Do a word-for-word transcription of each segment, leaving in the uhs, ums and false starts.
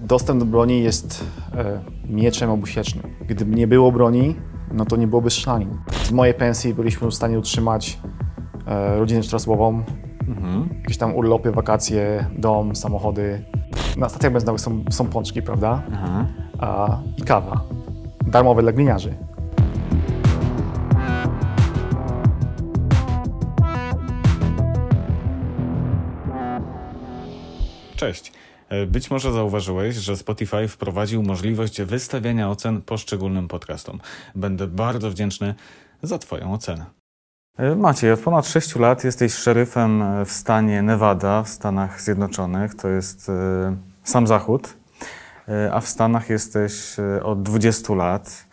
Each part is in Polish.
Dostęp do broni jest e, mieczem obusiecznym. Gdyby nie było broni, no to nie byłoby strzelanin. Z mojej pensji byliśmy w stanie utrzymać e, rodzinę czteroosobową, mhm. jakieś tam urlopy, wakacje, dom, samochody. Na stacjach benzynowych są, są pączki, prawda? Mhm. A, i kawa. Darmowe dla gliniarzy. Cześć. Być może zauważyłeś, że Spotify wprowadził możliwość wystawiania ocen poszczególnym podcastom. Będę bardzo wdzięczny za Twoją ocenę. Maciej, od ponad sześciu lat jesteś szeryfem w stanie Nevada w Stanach Zjednoczonych. To jest sam Zachód, a w Stanach jesteś od dwudziestu lat.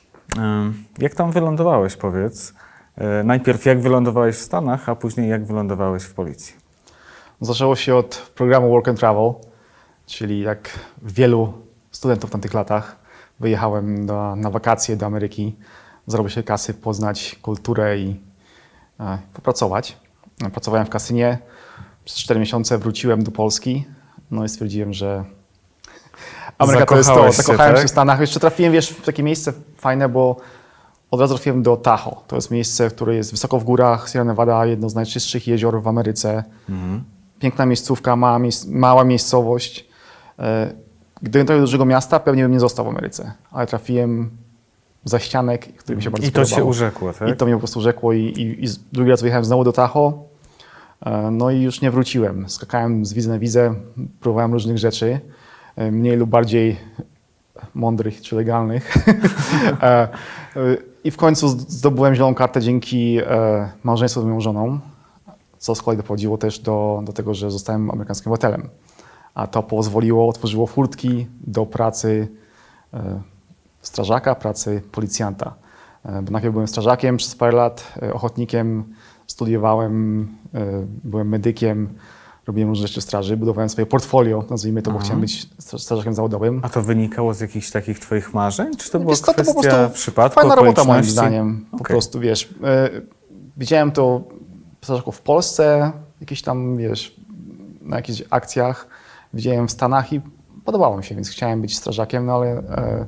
Jak tam wylądowałeś, powiedz? Najpierw jak wylądowałeś w Stanach, a później jak wylądowałeś w policji? Zaczęło się od programu Work and Travel, czyli jak wielu studentów w tamtych latach wyjechałem do, na wakacje do Ameryki, zrobić się kasy, poznać kulturę i e, popracować. Pracowałem w kasynie, przez cztery miesiące wróciłem do Polski, no i stwierdziłem, że Ameryka to jest to. Zakochałem się, tak? się w Stanach. Jeszcze trafiłem, wiesz, w takie miejsce fajne, bo od razu trafiłem do Tahoe. To jest miejsce, które jest wysoko w górach, Sierra Nevada, jedno z najczystszych jezior w Ameryce. Mhm. Piękna miejscówka, mała, miejsc mała miejscowość. Gdybym trafił do dużego miasta, pewnie bym nie został w Ameryce. Ale trafiłem za ścianek, który mi się bardzo I to spodobało. Cię urzekło, tak? I to mnie po prostu urzekło i, i, i drugi raz wyjechałem znowu do Tahoe. No i już nie wróciłem. Skakałem z wizy na wizę, próbowałem różnych rzeczy, mniej lub bardziej mądrych czy legalnych. I w końcu zdobyłem zieloną kartę dzięki małżeństwu z moją żoną, co z kolei doprowadziło też do, do tego, że zostałem amerykańskim obywatelem. A to pozwoliło, otworzyło furtki do pracy e, strażaka, pracy policjanta. E, bo najpierw byłem strażakiem przez parę lat, e, ochotnikiem, studiowałem, e, byłem medykiem, robiłem różne rzeczy w straży, budowałem swoje portfolio, nazwijmy to, Aha. bo chciałem być strażakiem zawodowym. A to wynikało z jakichś takich Twoich marzeń? Czy to była wiesz, kwestia to po prostu przypadku, fajna robota moim zdaniem. Po okay. prostu, wiesz, e, widziałem to strażaków w Polsce, jakieś tam, wiesz, na jakichś akcjach, widziałem w Stanach i podobało mi się, więc chciałem być strażakiem, no ale e,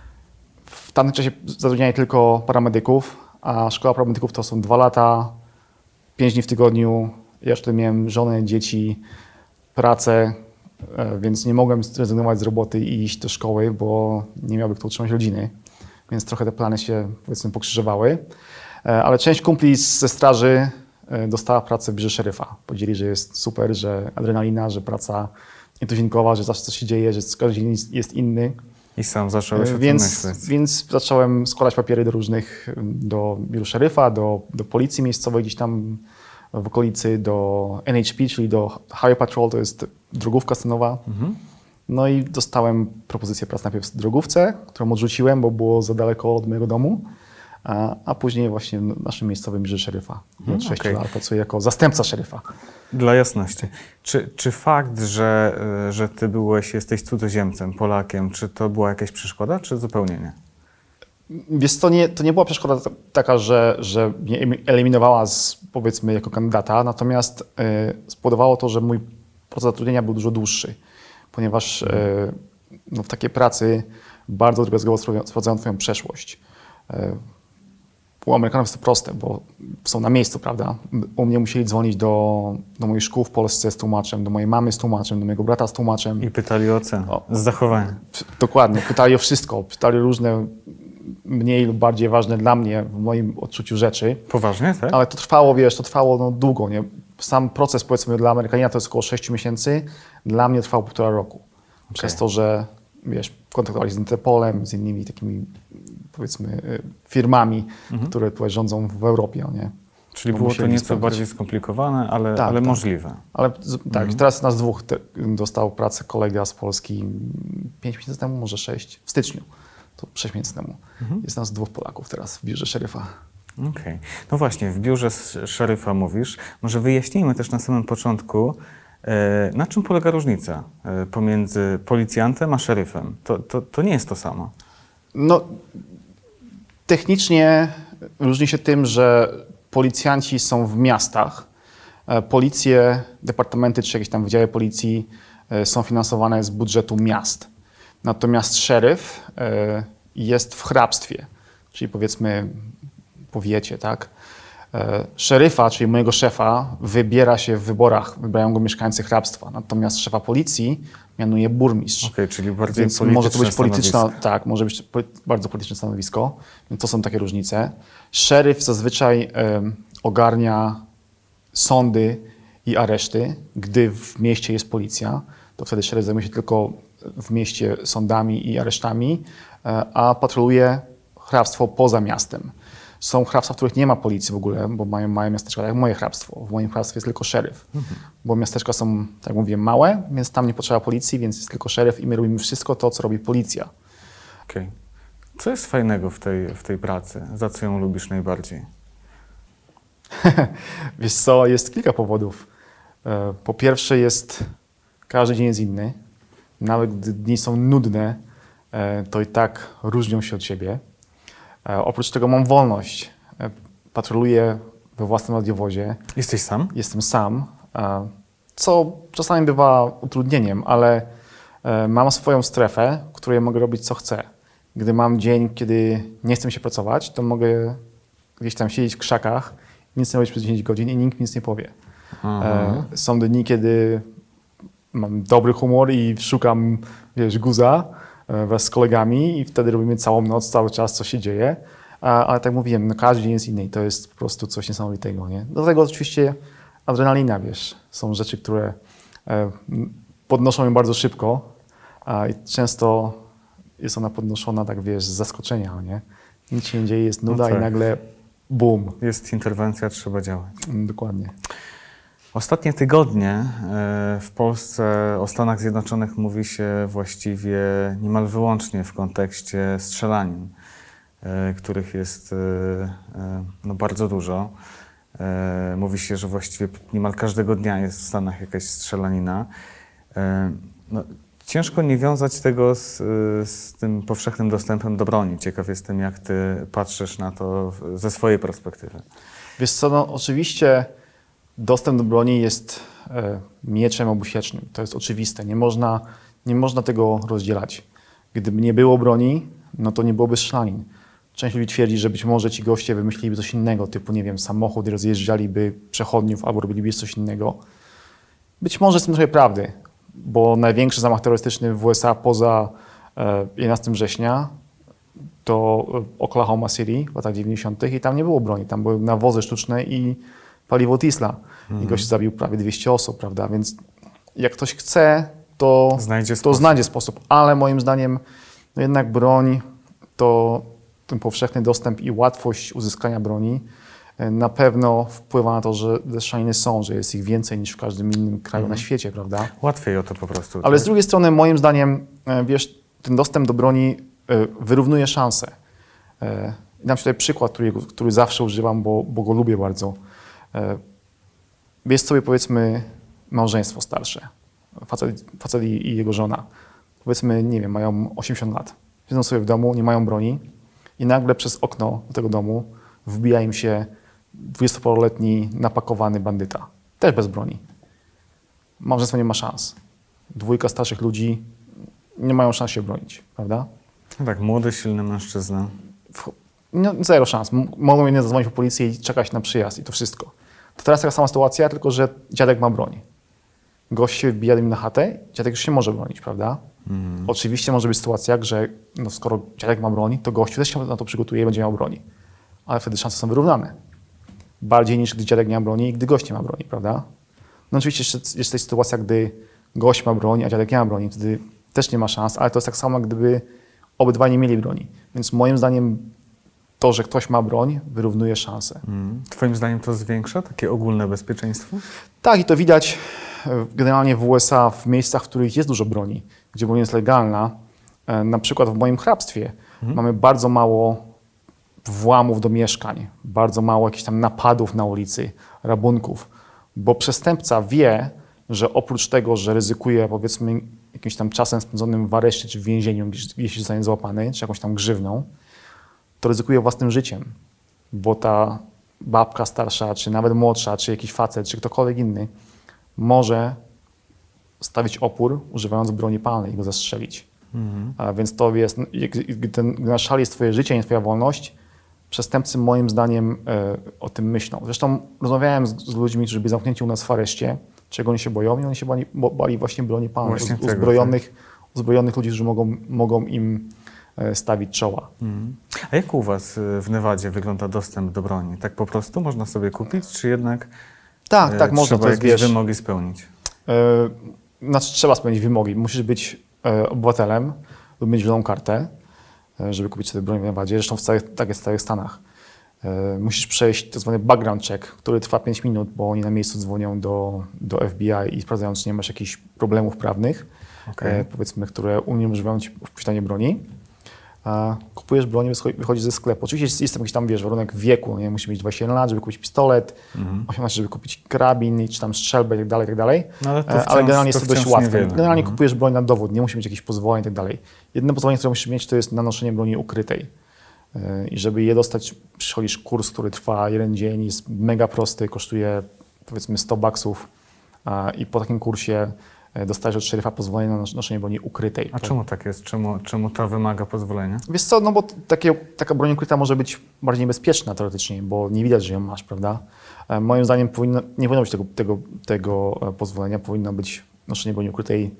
w tamtym czasie zatrudniali tylko paramedyków, a szkoła paramedyków to są dwa lata, pięć dni w tygodniu. Ja jeszcze miałem żonę, dzieci, pracę, e, więc nie mogłem zrezygnować z roboty i iść do szkoły, bo nie miałby kto utrzymać rodziny, więc trochę te plany się, powiedzmy, pokrzyżowały. E, ale część kumpli ze straży dostała pracę w biurze szeryfa. Powiedzieli, że jest super, że adrenalina, że praca nietuzinkowa, że zawsze coś się dzieje, że każdy dzień jest inny. I sam zacząłeś o więc, tym myśleć. Więc zacząłem składać papiery do różnych, do biura szeryfa, do, do policji miejscowej gdzieś tam w okolicy, do N H P, czyli do Highway Patrol, to jest drogówka stanowa. Mhm. No i dostałem propozycję pracy najpierw w drogówce, którą odrzuciłem, bo było za daleko od mojego domu. A, a później właśnie w naszym miejscowym biurze szeryfa. Od sześciu okay. lat pracuję jako zastępca szeryfa. Dla jasności. Czy, czy fakt, że, że ty byłeś, jesteś cudzoziemcem, Polakiem, czy to była jakaś przeszkoda, czy zupełnie nie? Wiesz, to nie, to nie była przeszkoda taka, że, że mnie eliminowała z, powiedzmy, jako kandydata, natomiast y, spowodowało to, że mój proces zatrudnienia był dużo dłuższy, ponieważ y, no, w takiej pracy bardzo drobiazgowo sprawdzają twoją przeszłość. Y, U Amerykanów jest to proste, bo są na miejscu, prawda? U mnie musieli dzwonić do, do moich szkół w Polsce z tłumaczem, do mojej mamy z tłumaczem, do mojego brata z tłumaczem. I pytali o ocenę, z zachowania. Dokładnie, pytali o wszystko. Pytali różne, mniej lub bardziej ważne dla mnie, w moim odczuciu rzeczy. Poważnie, tak? Ale to trwało, wiesz, to trwało no, długo, nie? Sam proces, powiedzmy, dla Amerykanina to jest około sześciu miesięcy. Dla mnie trwał półtora roku. Okay. Przez to, że, wiesz, kontaktowali z Interpolem, z innymi takimi, powiedzmy, firmami, mhm. które tutaj rządzą w Europie. Nie? Czyli Bo było to nieco sprawdzić. bardziej skomplikowane, ale, tak, ale tak. możliwe. Ale tak, mhm. teraz nas dwóch te, dostał pracę kolega z Polski pięć miesięcy temu, może sześć, w styczniu, to sześć miesięcy temu. Mhm. Jest nas dwóch Polaków teraz w biurze szeryfa. Okej. Okay. No właśnie, w biurze szeryfa mówisz. Może wyjaśnijmy też na samym początku, na czym polega różnica pomiędzy policjantem a szeryfem? To, to, to nie jest to samo. No, technicznie różni się tym, że policjanci są w miastach. Policje, departamenty czy jakieś tam wydziały policji są finansowane z budżetu miast. Natomiast szeryf jest w hrabstwie, czyli powiedzmy powiecie, tak? Szeryfa, czyli mojego szefa, wybiera się w wyborach, wybierają go mieszkańcy hrabstwa. Natomiast szefa policji mianuje burmistrz. Okej, okay, czyli bardziej Więc polityczne może to być polityczna, stanowisko. tak, może być bardzo polityczne stanowisko. Więc to są takie różnice. Szeryf zazwyczaj y, ogarnia sądy i areszty. Gdy w mieście jest policja, to wtedy szeryf zajmuje się tylko w mieście sądami i aresztami, y, a patroluje hrabstwo poza miastem. Są hrabstwa, w których nie ma policji w ogóle, bo mają małe miasteczka, tak jak moje hrabstwo. W moim hrabstwie jest tylko szeryf, mhm. bo miasteczka są, tak jak mówiłem, małe, więc tam nie potrzeba policji, więc jest tylko szeryf i my robimy wszystko to, co robi policja. Okej. Okay. Co jest fajnego w tej, w tej pracy? Za co ją lubisz najbardziej? Wiesz co, jest kilka powodów. Po pierwsze jest, każdy dzień jest inny. Nawet gdy dni są nudne, to i tak różnią się od siebie. Oprócz tego mam wolność. Patroluję we własnym radiowozie. Jesteś sam? Jestem sam, co czasami bywa utrudnieniem, ale mam swoją strefę, w której mogę robić co chcę. Gdy mam dzień, kiedy nie chcę mi się pracować, to mogę gdzieś tam siedzieć w krzakach, nic nie robić przez dziesięć godzin i nikt mi nic nie powie. Aha. Są dni, kiedy mam dobry humor i szukam, wiesz, guza wraz z kolegami i wtedy robimy całą noc, cały czas, co się dzieje. A, ale tak mówiłem, no każdy dzień jest inny i to jest po prostu coś niesamowitego, nie? Do tego oczywiście adrenalina, wiesz, są rzeczy, które e, podnoszą mnie bardzo szybko a, i często jest ona podnoszona, tak wiesz, z zaskoczenia, nie? Nic się nie dzieje, jest nuda no tak. I nagle bum. Jest interwencja, trzeba działać. Dokładnie. Ostatnie tygodnie w Polsce o Stanach Zjednoczonych mówi się właściwie niemal wyłącznie w kontekście strzelanin, których jest no, bardzo dużo. Mówi się, że właściwie niemal każdego dnia jest w Stanach jakaś strzelanina. No, ciężko nie wiązać tego z, z tym powszechnym dostępem do broni. Ciekaw jestem, jak ty patrzysz na to ze swojej perspektywy. Wiesz co, no oczywiście dostęp do broni jest e, mieczem obusiecznym. To jest oczywiste. Nie można, nie można tego rozdzielać. Gdyby nie było broni, no to nie byłoby strzelanin. Część ludzi twierdzi, że być może ci goście wymyśliliby coś innego, typu, nie wiem, samochód i rozjeżdżaliby przechodniów albo robiliby coś innego. Być może jest w tym trochę prawdy, bo największy zamach terrorystyczny w U S A poza e, jedenastego września to Oklahoma City w latach dziewięćdziesiątych i tam nie było broni. Tam były nawozy sztuczne i paliwo Tisla. Mhm. I gość zabił prawie dwieście osób, prawda? Więc jak ktoś chce, to znajdzie sposób. To znajdzie sposób. Ale moim zdaniem no jednak broń, to ten powszechny dostęp i łatwość uzyskania broni na pewno wpływa na to, że te strzelaniny są, że jest ich więcej niż w każdym innym kraju mhm. na świecie, prawda? Łatwiej o to po prostu. Ale tak? z drugiej strony, moim zdaniem, wiesz, ten dostęp do broni wyrównuje szanse. Dam ci tutaj przykład, który, który zawsze używam, bo, bo go lubię bardzo. Jest sobie, powiedzmy, małżeństwo starsze, facet, facet i jego żona. Powiedzmy, nie wiem, mają osiemdziesiąt lat. Siedzą sobie w domu, nie mają broni i nagle przez okno do tego domu wbija im się dwudziestoparoletni napakowany bandyta. Też bez broni. Małżeństwo nie ma szans. Dwójka starszych ludzi nie mają szans się bronić, prawda? Tak, młody, silny mężczyzna. No, zero szans. Mogą jedynie zadzwonić po policję i czekać na przyjazd i to wszystko. To teraz taka sama sytuacja, tylko że dziadek ma broń. Gość się wbija im na chatę, dziadek już się może bronić, prawda? Mm. Oczywiście może być sytuacja, że no, skoro dziadek ma broń, to gościu też się na to przygotuje i będzie miał broni. Ale wtedy szanse są wyrównane. Bardziej niż gdy dziadek nie ma broni i gdy gość nie ma broni, prawda? No oczywiście jeszcze jest też sytuacja, gdy gość ma broń, a dziadek nie ma broni. Wtedy też nie ma szans, ale to jest tak samo, gdyby obydwaj nie mieli broni. Więc moim zdaniem to, że ktoś ma broń, wyrównuje szanse. Mm. Twoim zdaniem to zwiększa takie ogólne bezpieczeństwo? Tak, i to widać generalnie w U S A, w miejscach, w których jest dużo broni, gdzie broń jest legalna. Na przykład w moim hrabstwie mhm. mamy bardzo mało włamów do mieszkań, bardzo mało jakichś tam napadów na ulicy, rabunków, bo przestępca wie, że oprócz tego, że ryzykuje, powiedzmy, jakimś tam czasem spędzonym w areszcie czy w więzieniu, jeśli zostanie złapany, czy jakąś tam grzywną, to ryzykuje własnym życiem, bo ta babka starsza, czy nawet młodsza, czy jakiś facet, czy ktokolwiek inny może stawić opór, używając broni palnej i go zastrzelić. Mhm. A więc to jest, gdy, ten, gdy na szali jest twoje życie, nie twoja wolność, przestępcy moim zdaniem e, o tym myślą. Zresztą rozmawiałem z, z ludźmi, którzy byli zamknięci u nas w areszcie, czego oni się boją i oni się bali, bali właśnie broni palnej, Właśnie uz, tego, uzbrojonych, tak. uzbrojonych ludzi, którzy mogą, mogą im e, stawić czoła. Mhm. A jak u was w Nevadzie wygląda dostęp do broni? Tak po prostu można sobie kupić, czy jednak Tak, e, tak, można. trzeba To jest, jakieś wiesz, wymogi spełnić? e, znaczy trzeba spełnić wymogi. Musisz być e, obywatelem lub mieć zieloną kartę, e, żeby kupić sobie broń w Nevadzie. Zresztą w całych, tak jest w całych Stanach. E, musisz przejść tak zwany background check, który trwa pięć minut, bo oni na miejscu dzwonią do, do F B I i sprawdzają, czy nie masz jakichś problemów prawnych, Okay. e, powiedzmy, które uniemożliwiają ci posiadanie broni. A kupujesz broń, wychodzisz ze sklepu. Oczywiście jest, jest tam jakiś tam, wiesz, warunek wieku, nie? Musisz mieć dwadzieścia jeden lat, żeby kupić pistolet, Mhm. osiemnaście, żeby kupić karabin, czy tam strzelbę i tak dalej, i tak dalej. No, ale to E, wciąż, ale generalnie to jest to dość wciąż łatwe. niewiele. Generalnie Mhm. kupujesz broń na dowód, nie musi mieć jakichś pozwoleń i tak dalej. Jedyne pozwolenie, które musisz mieć, to jest na noszenie broni ukrytej. E, I żeby je dostać, przychodzisz kurs, który trwa jeden dzień, jest mega prosty, kosztuje powiedzmy sto baksów a, i po takim kursie e, dostajesz od szeryfa pozwolenie na nos- noszenie broni ukrytej. A czemu tak jest? Czemu, czemu ta wymaga pozwolenia? Wiesz co, no bo t- takie, taka broń ukryta może być bardziej niebezpieczna teoretycznie, bo nie widać, że ją masz, prawda? E, moim zdaniem powinno, nie powinno być tego, tego, tego e, pozwolenia, powinno być noszenie broni ukrytej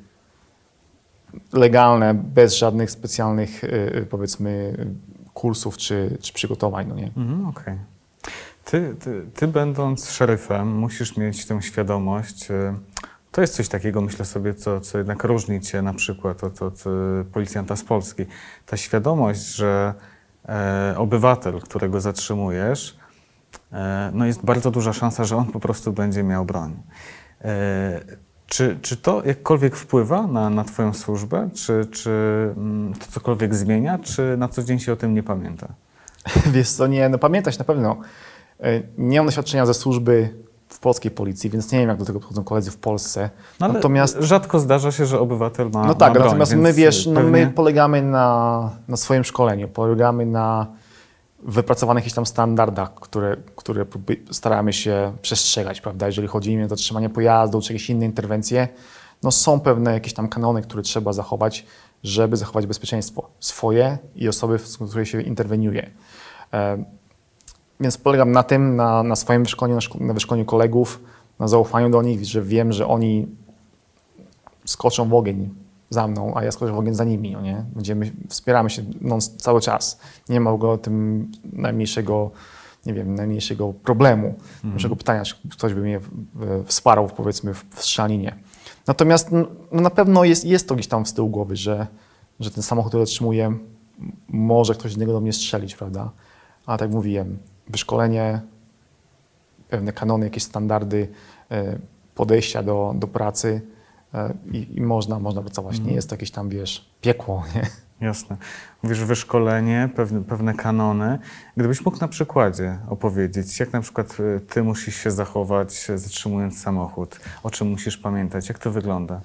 legalne, bez żadnych specjalnych, e, powiedzmy, kursów czy, czy przygotowań, no nie? Mhm, okej. Ty, ty, ty będąc szeryfem musisz mieć tę świadomość. y, To jest coś takiego, myślę sobie, co, co jednak różni cię na przykład od, od y, policjanta z Polski. Ta świadomość, że e, obywatel, którego zatrzymujesz, e, no jest bardzo duża szansa, że on po prostu będzie miał broń. E, czy, czy to jakkolwiek wpływa na, na twoją służbę? Czy, czy mm, to cokolwiek zmienia? Czy na co dzień się o tym nie pamięta? Wiesz co, nie, no pamiętać na pewno. E, Nie mam doświadczenia ze służby w polskiej policji, więc nie wiem, jak do tego podchodzą koledzy w Polsce. No, ale Natomiast rzadko zdarza się, że obywatel ma No tak, ma broń, natomiast my, więc wiesz, no pewnie- my polegamy na, na swoim szkoleniu, polegamy na wypracowanych jakichś tam standardach, które, które próby- staramy się przestrzegać, prawda? Jeżeli chodzi o zatrzymanie pojazdu, czy jakieś inne interwencje, no są pewne jakieś tam kanony, które trzeba zachować, żeby zachować bezpieczeństwo swoje i osoby, z której się interweniuje. E, Więc polegam na tym, na, na swoim wyszkoleniu, na, szko- na wyszkoleniu kolegów, na zaufaniu do nich, że wiem, że oni skoczą w ogień za mną, a ja skoczę w ogień za nimi, no nie? Będziemy, wspieramy się non, cały czas. Nie ma w ogóle o tym najmniejszego, nie wiem, najmniejszego problemu, najmniejszego pytania, czy ktoś by mnie w, w, wsparł, powiedzmy, w, w strzelaninie. Natomiast no, no na pewno jest, jest to gdzieś tam z tyłu głowy, że, że ten samochód, który otrzymuję, m- może ktoś z niego do mnie strzelić, prawda? A tak jak mówiłem, wyszkolenie, pewne kanony, jakieś standardy e, podejścia do, do pracy e, i, i można, można pracować. Nie jest to jakieś tam, wiesz, piekło, nie? Jasne. Mówisz wyszkolenie, pewne, pewne kanony. Gdybyś mógł na przykładzie opowiedzieć, jak na przykład y, ty musisz się zachować, y, zatrzymując samochód, o czym musisz pamiętać, jak to wygląda?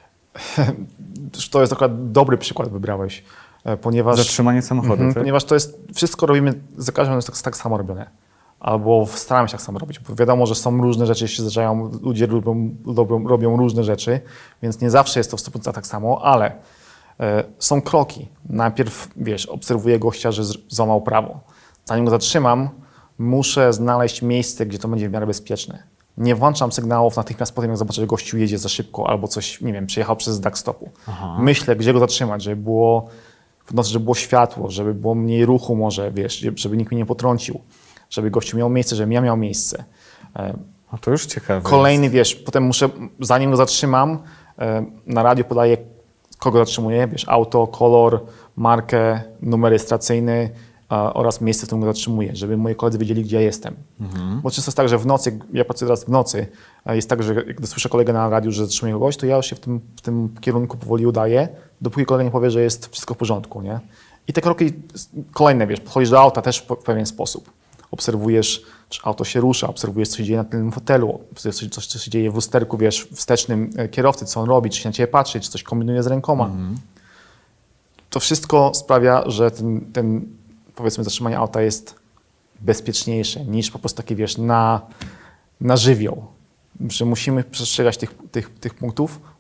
To jest akurat dobry przykład wybrałeś, e, ponieważ... Zatrzymanie samochodu, Mhm, tak? Ponieważ to jest, wszystko robimy, za każdym razem jest tak, tak samo robione. Albo staramy się tak samo robić, bo wiadomo, że są różne rzeczy, się zdarzają, ludzie robią, robią, robią różne rzeczy, więc nie zawsze jest to w stu procentach tak samo, ale e, są kroki. Najpierw, wiesz, obserwuję gościa, że z- złamał prawo. Zanim go zatrzymam, muszę znaleźć miejsce, gdzie to będzie w miarę bezpieczne. Nie włączam sygnałów natychmiast po tym, jak zobaczę, że gościu jedzie za szybko albo coś, nie wiem, przejechał przez znak stopu. Aha. Myślę, gdzie go zatrzymać, żeby było w nocy, żeby było światło, żeby było mniej ruchu może, wiesz, żeby nikt mnie nie potrącił, żeby gościu miał miejsce, żebym ja miał miejsce. E, A to już ciekawe. Kolejny, wiesz, potem muszę, zanim go zatrzymam, e, na radio podaję, kogo zatrzymuję, wiesz, auto, kolor, markę, numer rejestracyjny a, oraz miejsce, w którym go zatrzymuję, żeby moi koledzy wiedzieli, gdzie ja jestem. Mhm. Bo często jest tak, że w nocy, jak ja pracuję teraz w nocy, a jest tak, że gdy słyszę kolegę na radiu, że zatrzymuje kogoś, to ja już się w tym, w tym kierunku powoli udaję, dopóki kolega nie powie, że jest wszystko w porządku, nie? I te kroki kolejne, wiesz, podchodzisz do auta też w pewien sposób. Obserwujesz, czy auto się rusza, obserwujesz, co się dzieje na tylnym fotelu, obserwujesz, coś, co się dzieje w lusterku, wiesz, wstecznym e, kierowcy, co on robi, czy się na ciebie patrzy, czy coś kombinuje z rękoma. To wszystko sprawia, że ten, ten, powiedzmy, zatrzymanie auta jest bezpieczniejsze niż po prostu takie, wiesz, na, na żywioł. Że musimy przestrzegać tych, tych, tych punktów,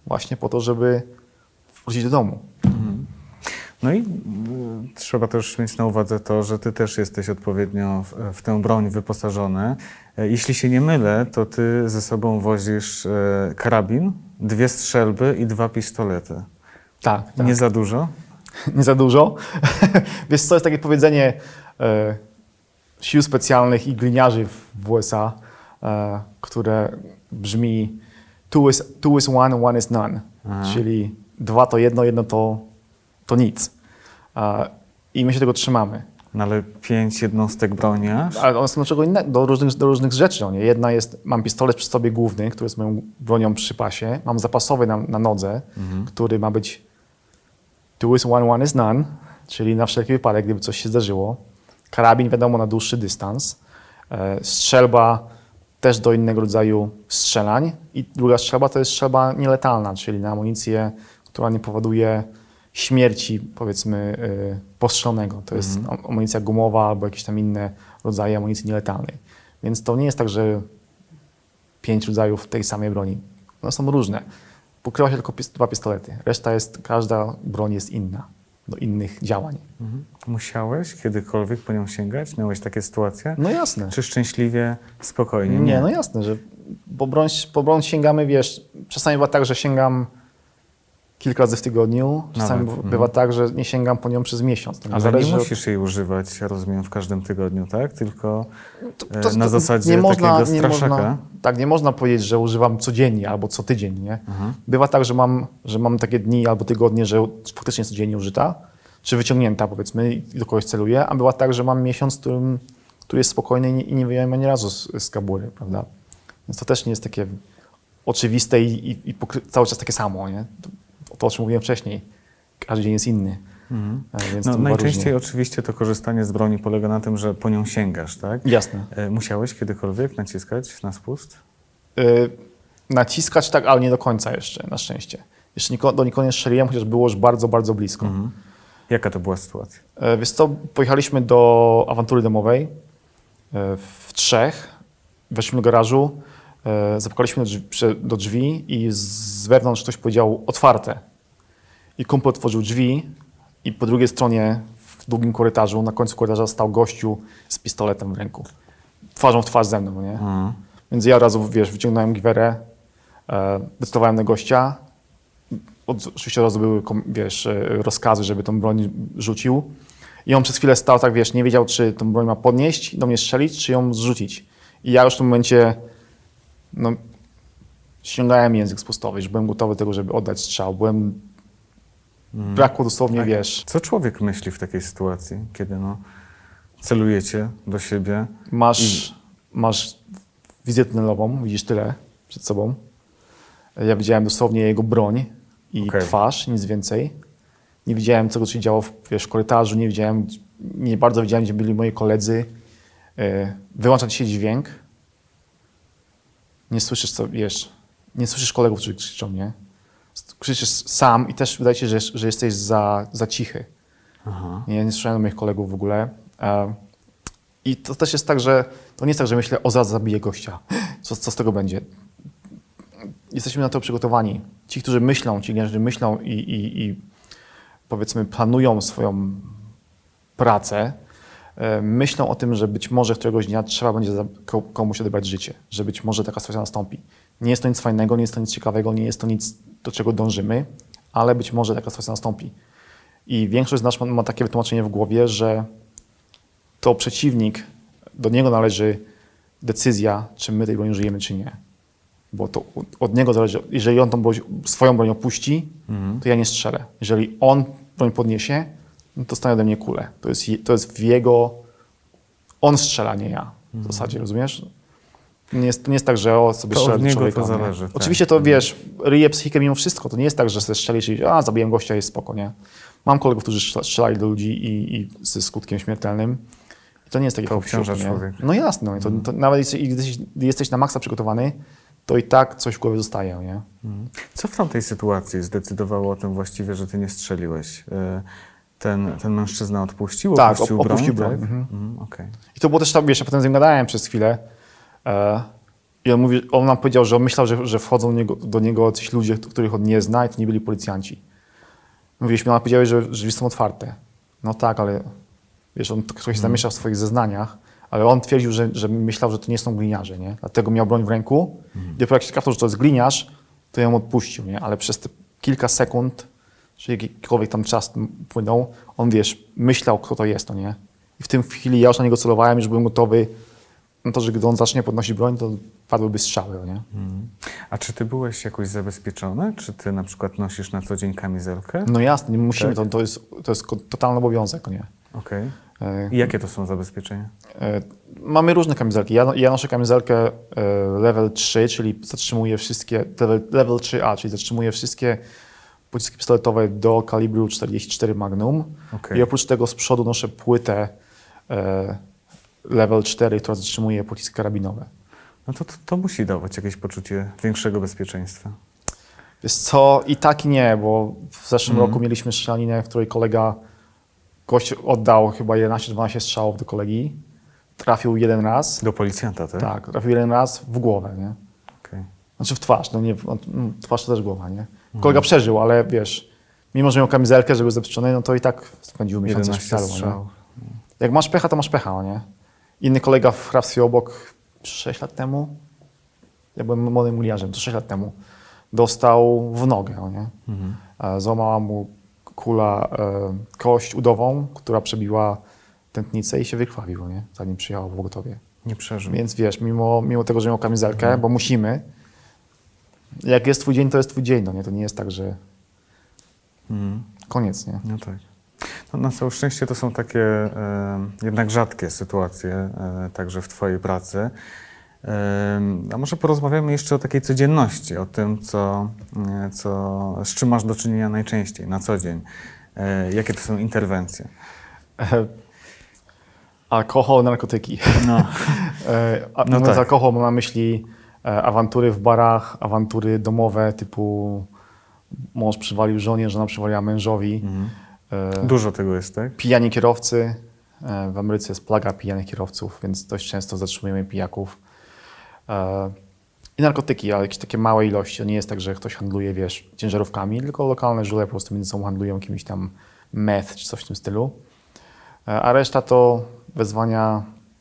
właśnie po to, żeby wrócić do domu. Mhm. No i y, trzeba też mieć na uwadze to, że ty też jesteś odpowiednio w, w tę broń wyposażony. E, Jeśli się nie mylę, to ty ze sobą wozisz e, karabin, dwie strzelby i dwa pistolety. Tak, tak. Nie za dużo? Nie za dużo. Wiesz co, jest takie powiedzenie e, sił specjalnych i gliniarzy w U S A, e, które brzmi two is, two is one, one is none. Aha. Czyli dwa to jedno, jedno to, to nic. E, I my się tego trzymamy. No ale pięć jednostek broniasz? Ale one są do czego innego, do różnych, do różnych rzeczy. Nie? Jedna jest, mam pistolet przy sobie główny, który jest moją bronią przy pasie. Mam zapasowy na, na nodze, Mhm. który ma być two is one, one is none, czyli na wszelki wypadek, gdyby coś się zdarzyło. Karabin, wiadomo, na dłuższy dystans. E, strzelba też do innego rodzaju strzelań. I druga strzelba to jest strzelba nieletalna, czyli na amunicję, która nie powoduje śmierci, powiedzmy, y, postrzelonego. To jest Mhm. amunicja gumowa albo jakieś tam inne rodzaje amunicji nieletalnej. Więc to nie jest tak, że pięć rodzajów tej samej broni. One są różne. Pokrywa się tylko pis- dwa pistolety. Reszta jest, każda broń jest inna do innych działań. Mhm. Musiałeś kiedykolwiek po nią sięgać? Miałeś takie sytuacje? No jasne. Czy szczęśliwie, spokojnie? Nie, no jasne, że po broń, po broń sięgamy, wiesz, czasami bywa tak, że sięgam kilka razy w tygodniu, czasami Nawet, bywa mhm. tak, że nie sięgam po nią przez miesiąc. To Ale zależy nie od- musisz jej używać, ja rozumiem, w każdym tygodniu, tak? Tylko To- e, to- na to zasadzie nie można, takiego nie straszaka. można, tak, nie można powiedzieć, że używam codziennie albo co tydzień, nie? Mhm. Bywa tak, że mam, że mam takie dni albo tygodnie, że faktycznie jest codziennie użyta, czy wyciągnięta, powiedzmy, i do kogoś celuję, a bywa tak, że mam miesiąc, którym, który jest spokojny i nie, i nie wyjąłem ani razu z, z kabury, prawda? Więc to też nie jest takie oczywiste i, i, i pokry- cały czas takie samo, nie? To, to, o czym mówiłem wcześniej. Każdy dzień jest inny. Mhm. E, Więc No, to bywa najczęściej różnie. oczywiście to korzystanie z broni polega na tym, że po nią sięgasz, tak? Jasne. E, Musiałeś kiedykolwiek naciskać na spust? Y, naciskać tak, ale nie do końca jeszcze, na szczęście. Jeszcze niko, do nikogo nie strzeliłem, chociaż było już bardzo, bardzo blisko. Mhm. Jaka to była sytuacja? Y, wiesz co, pojechaliśmy do awantury domowej y, w trzech, weszliśmy do garażu, y, zapukaliśmy do drzwi, prze- do drzwi i z wewnątrz ktoś powiedział otwarte. I kumpel otworzył drzwi i po drugiej stronie w długim korytarzu, na końcu korytarza stał gościu z pistoletem w ręku. Twarzą w twarz ze mną, nie? Mhm. Więc ja od razu, wiesz, wyciągnąłem giwerę, e, decydowałem na gościa. Od, oczywiście od razu były, kom- wiesz, e, rozkazy, żeby tą broń rzucił. I on przez chwilę stał tak, wiesz, nie wiedział, czy tą broń ma podnieść, do mnie strzelić, czy ją zrzucić. I ja już w tym momencie, no, ściągałem język spustowy, już byłem gotowy do tego, żeby oddać strzał. Byłem, Mhm. brakło dosłownie, Tak. wiesz, Co człowiek myśli w takiej sytuacji, kiedy no, celujecie do siebie? masz, masz wizję tunelową, widzisz tyle przed sobą. Ja widziałem dosłownie jego broń i Okej. twarz, nic więcej. Nie widziałem, co się działo w, wiesz, w korytarzu, nie widziałem, nie bardzo widziałem, gdzie byli moi koledzy. Yy, wyłącza ci się dźwięk. Nie słyszysz, co, wiesz, nie słyszysz kolegów, którzy krzyczą, nie? Krzyczysz sam i też wydaje się, że, że jesteś za, za cichy. Aha. Nie, nie słyszałem moich kolegów w ogóle. E, I to też jest tak, że to nie jest tak, że myślę, o zaraz zabiję gościa. Co, co z tego będzie? Jesteśmy na to przygotowani. Ci, którzy myślą, ci, którzy myślą i, i, i powiedzmy planują swoją pracę, e, myślą o tym, że być może któregoś dnia trzeba będzie za, ko, komuś odebrać życie, że być może taka sytuacja nastąpi. Nie jest to nic fajnego, nie jest to nic ciekawego, nie jest to nic, do czego dążymy, ale być może taka sytuacja nastąpi. I większość z nas ma, ma takie wytłumaczenie w głowie, że to przeciwnik, do niego należy decyzja, czy my tej broni użyjemy, czy nie. Bo to od niego zależy, jeżeli on tą broń, swoją broń opuści, Mhm. to ja nie strzelę. Jeżeli on broń podniesie, no to stanie ode mnie kulę. To jest, je- to jest w jego... On strzela, nie ja. W zasadzie, rozumiesz? Nie jest, to nie jest tak, że o, sobie To strzelę od do niego człowieka. to nie? zależy, tak. Oczywiście to, wiesz, ryje psychikę mimo wszystko. To nie jest tak, że sobie strzelisz i a, zabiłem gościa, jest spoko, nie? Mam kolegów, którzy strzel- strzelali do ludzi i, i ze skutkiem śmiertelnym. I to nie jest takie To obciąża hop siup, nie? człowieka. No jasne. No, to, to nawet jeśli jesteś, jesteś na maksa przygotowany, to i tak coś w głowie zostaje, nie? Mhm. Co w tamtej sytuacji zdecydowało o tym właściwie, że ty nie strzeliłeś? E, Ten, ten mężczyzna odpuścił? Tak, opuścił op- opuścił broń? broń, Tak? mhm. Mhm, okej. I to było też tam, wiesz, ja potem z nim gadałem przez chwilę. E, I on, mówi, on nam powiedział, że on myślał, że, że wchodzą do niego, do niego coś ludzie, których on nie zna i to nie byli policjanci. Mówiliśmy, on powiedział, że drzwi są otwarte. No tak, ale wiesz, on trochę się zamieszał w swoich zeznaniach, ale on twierdził, że, że myślał, że to nie są gliniarze, nie? Dlatego miał broń w ręku. Mm. I dopiero jak się skapnął, że to jest gliniarz, to ją odpuścił, nie? Ale przez te kilka sekund, czy jakikolwiek tam czas płynął, on, wiesz, myślał, kto to jest, no nie? I w tym chwili ja już na niego celowałem, już byłem gotowy na to, że gdy on zacznie podnosić broń, to padłyby strzały, no nie? Mm. A czy ty byłeś jakoś zabezpieczony? Czy ty na przykład nosisz na co dzień kamizelkę? No jasne, nie musimy, tak? to, to, jest, to jest totalny obowiązek, no nie? Okej. Okay. I jakie to są zabezpieczenia? E, mamy różne kamizelki. Ja, ja noszę kamizelkę e, level trzy, czyli zatrzymuję wszystkie, level, level trzy A, czyli zatrzymuję wszystkie pociski pistoletowe do kalibru czterdzieści cztery Magnum. Okay. I oprócz tego z przodu noszę płytę e, level cztery, która zatrzymuje pociski karabinowe. No to, to, to musi dawać jakieś poczucie większego bezpieczeństwa. Wiesz co, i tak i nie, bo w zeszłym mm. roku mieliśmy strzelaninę, w której kolega gość oddał chyba jedenaście dwanaście strzałów do kolegi. Trafił jeden raz. Do policjanta, tak? Tak, trafił jeden raz w głowę, nie? Okay. Znaczy w twarz, no nie, no, twarz to też głowa, nie? Kolega mm. przeżył, ale wiesz, mimo że miał kamizelkę, że był zabezpieczony, no to i tak spędził miesiące w szpitalu, nie? Jak masz pecha, to masz pecha, nie? Inny kolega w hrabstwie obok sześć lat temu, ja byłem młodym muliarzem, to sześć lat temu, dostał w nogę, no nie? Mm. Złamała mu kula e, kość udową, która przebiła tętnicę i się wykrwawił, nie? Zanim przyjechał w pogotowie. Nie przeżył. Więc wiesz, mimo, mimo tego, że miał kamizelkę, mm. bo musimy, jak jest twój dzień, to jest twój dzień, no nie? To nie jest tak, że mm. koniec, nie? No tak. No, na całe szczęście to są takie e, jednak rzadkie sytuacje, e, także w twojej pracy. E, a może porozmawiamy jeszcze o takiej codzienności, o tym, co, e, co, z czym masz do czynienia najczęściej, na co dzień. E, jakie to są interwencje? E, alkohol, narkotyki. No, e, a, no tak. Alkohol mam na myśli e, awantury w barach, awantury domowe typu mąż przywalił żonie, żona przywaliła mężowi. Mhm. Dużo tego jest, tak? Pijani kierowcy. W Ameryce jest plaga pijanych kierowców, więc dość często zatrzymujemy pijaków. I narkotyki, ale jakieś takie małe ilości. To nie jest tak, że ktoś handluje, wiesz, ciężarówkami, tylko lokalne żule po prostu między sobą handlują kimś tam meth czy coś w tym stylu. A reszta to wezwania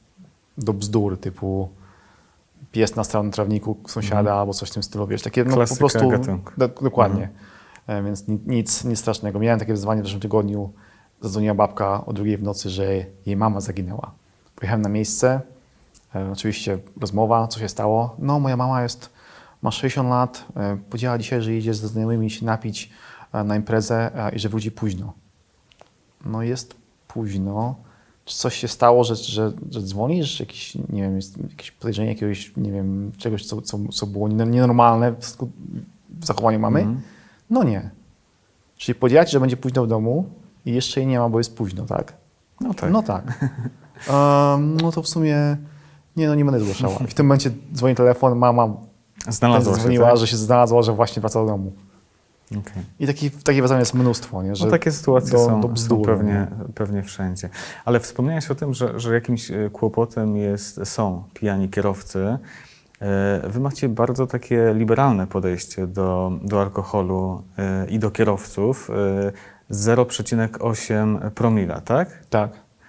do bzdur typu pies na stronę trawniku sąsiada mm. albo coś w tym stylu, wiesz, takie no, po prostu do, dokładnie. Mm. Więc nic, nic strasznego. Miałem takie wyzwanie w zeszłym tygodniu. Zadzwoniła babka o drugiej w nocy, że jej mama zaginęła. Pojechałem na miejsce. E, oczywiście rozmowa, co się stało. No, moja mama jest, ma sześćdziesiąt lat. E, powiedziała dzisiaj, że idzie ze znajomymi się napić e, na imprezę e, i że wróci późno. No jest późno. Czy coś się stało, że, że, że dzwonisz? Jakieś, nie wiem, jest jakieś podejrzenie jakiegoś, nie wiem, czegoś, co, co, co było nienormalne w, w zachowaniu mamy? Mm. No nie. Czyli powiedziała ci, że będzie późno w domu i jeszcze jej nie ma, bo jest późno, tak? No tak. No tak. Um, no to w sumie nie, no nie będę zgłaszała. I w tym momencie dzwoni telefon, mama znalazła dzwoniła, się, tak? że się znalazła, że właśnie wraca do domu. Okay. I taki, takich wyzwań jest mnóstwo, nie? Że no takie sytuacje do, są, do bzdur, są pewnie, pewnie wszędzie. Ale wspomniałeś o tym, że, że jakimś kłopotem jest, są pijani kierowcy. Wy macie bardzo takie liberalne podejście do, do alkoholu i do kierowców. zero przecinek osiem promila, tak? Tak.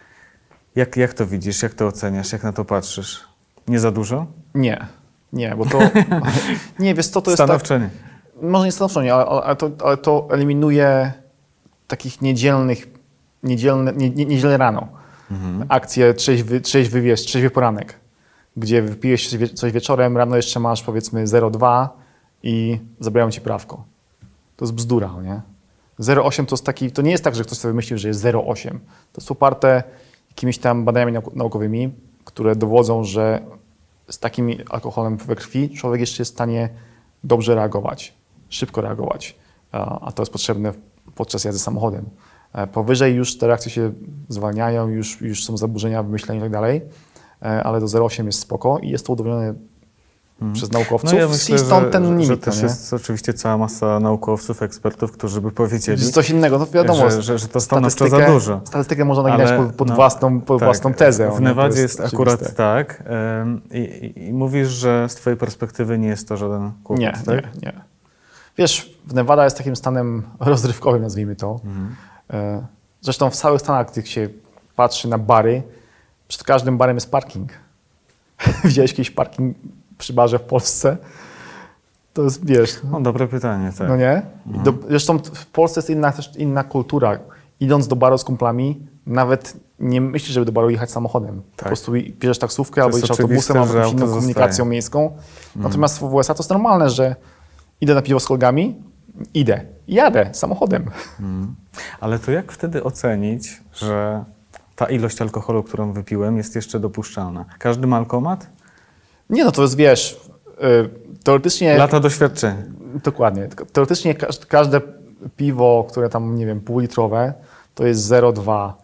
Jak, jak to widzisz, jak to oceniasz, jak na to patrzysz? Nie za dużo? Nie, nie, bo to... nie, wiesz co, to jest stanowczenie. Tak... Może nie stanowczenie, ale, ale, to, ale to eliminuje takich niedzielnych, niedzielne, nie, nie, niedzielę rano. Mhm. Akcje trzeźwy, trzeźwy, wiesz, trzeźwy poranek, gdzie wypijesz coś wieczorem, rano jeszcze masz powiedzmy zero przecinek dwa i zabierają ci prawko. To jest bzdura, nie? zero przecinek osiem to jest taki, to nie jest tak, że ktoś sobie myślił, że jest zero przecinek osiem. To jest poparte jakimiś tam badaniami naukowymi, które dowodzą, że z takim alkoholem we krwi człowiek jeszcze jest w stanie dobrze reagować, szybko reagować, a to jest potrzebne podczas jazdy samochodem. Powyżej już te reakcje się zwalniają, już, już są zaburzenia w myśleniu i tak dalej, ale do zero przecinek osiem jest spoko i jest to udowodnione hmm. przez naukowców. No ja myślę, i stąd że, ten limit. że też no, jest oczywiście cała masa naukowców, ekspertów, którzy by powiedzieli, coś innego, no wiadomo, że, że, że to stanowczo za dużo. Statystykę można naginać Ale, pod, pod, no, własną, pod tak, własną tezę. W Nevadzie jest, jest akurat oczywiste. tak ym, i, i mówisz, że z twojej perspektywy nie jest to żaden kłopot, nie, tak? Nie, nie. Wiesz, w Nevada jest takim stanem rozrywkowym, nazwijmy to. Mhm. Zresztą w całych Stanach, gdy się patrzy na bary, przed każdym barem jest parking. Widziałeś kiedyś parking przy barze w Polsce? To jest, wiesz... No dobre pytanie, tak. No nie? Mhm. Do, zresztą w Polsce jest inna, też inna kultura. Idąc do baru z kumplami, nawet nie myślisz, żeby do baru jechać samochodem. Tak. Po prostu bierzesz taksówkę, albo jedziesz autobusem, albo jakąś inną komunikacją miejską. Mhm. Natomiast w U S A to jest normalne, że idę na piwo z kolegami, idę. Jadę samochodem. Mhm. Ale to jak wtedy ocenić, że ta ilość alkoholu, którą wypiłem, jest jeszcze dopuszczalna? Każdy ma alkomat? Nie, no to jest, wiesz, yy, teoretycznie... Lata doświadczenia. Dokładnie. Teoretycznie każde piwo, które tam, nie wiem, półlitrowe, to jest zero przecinek dwa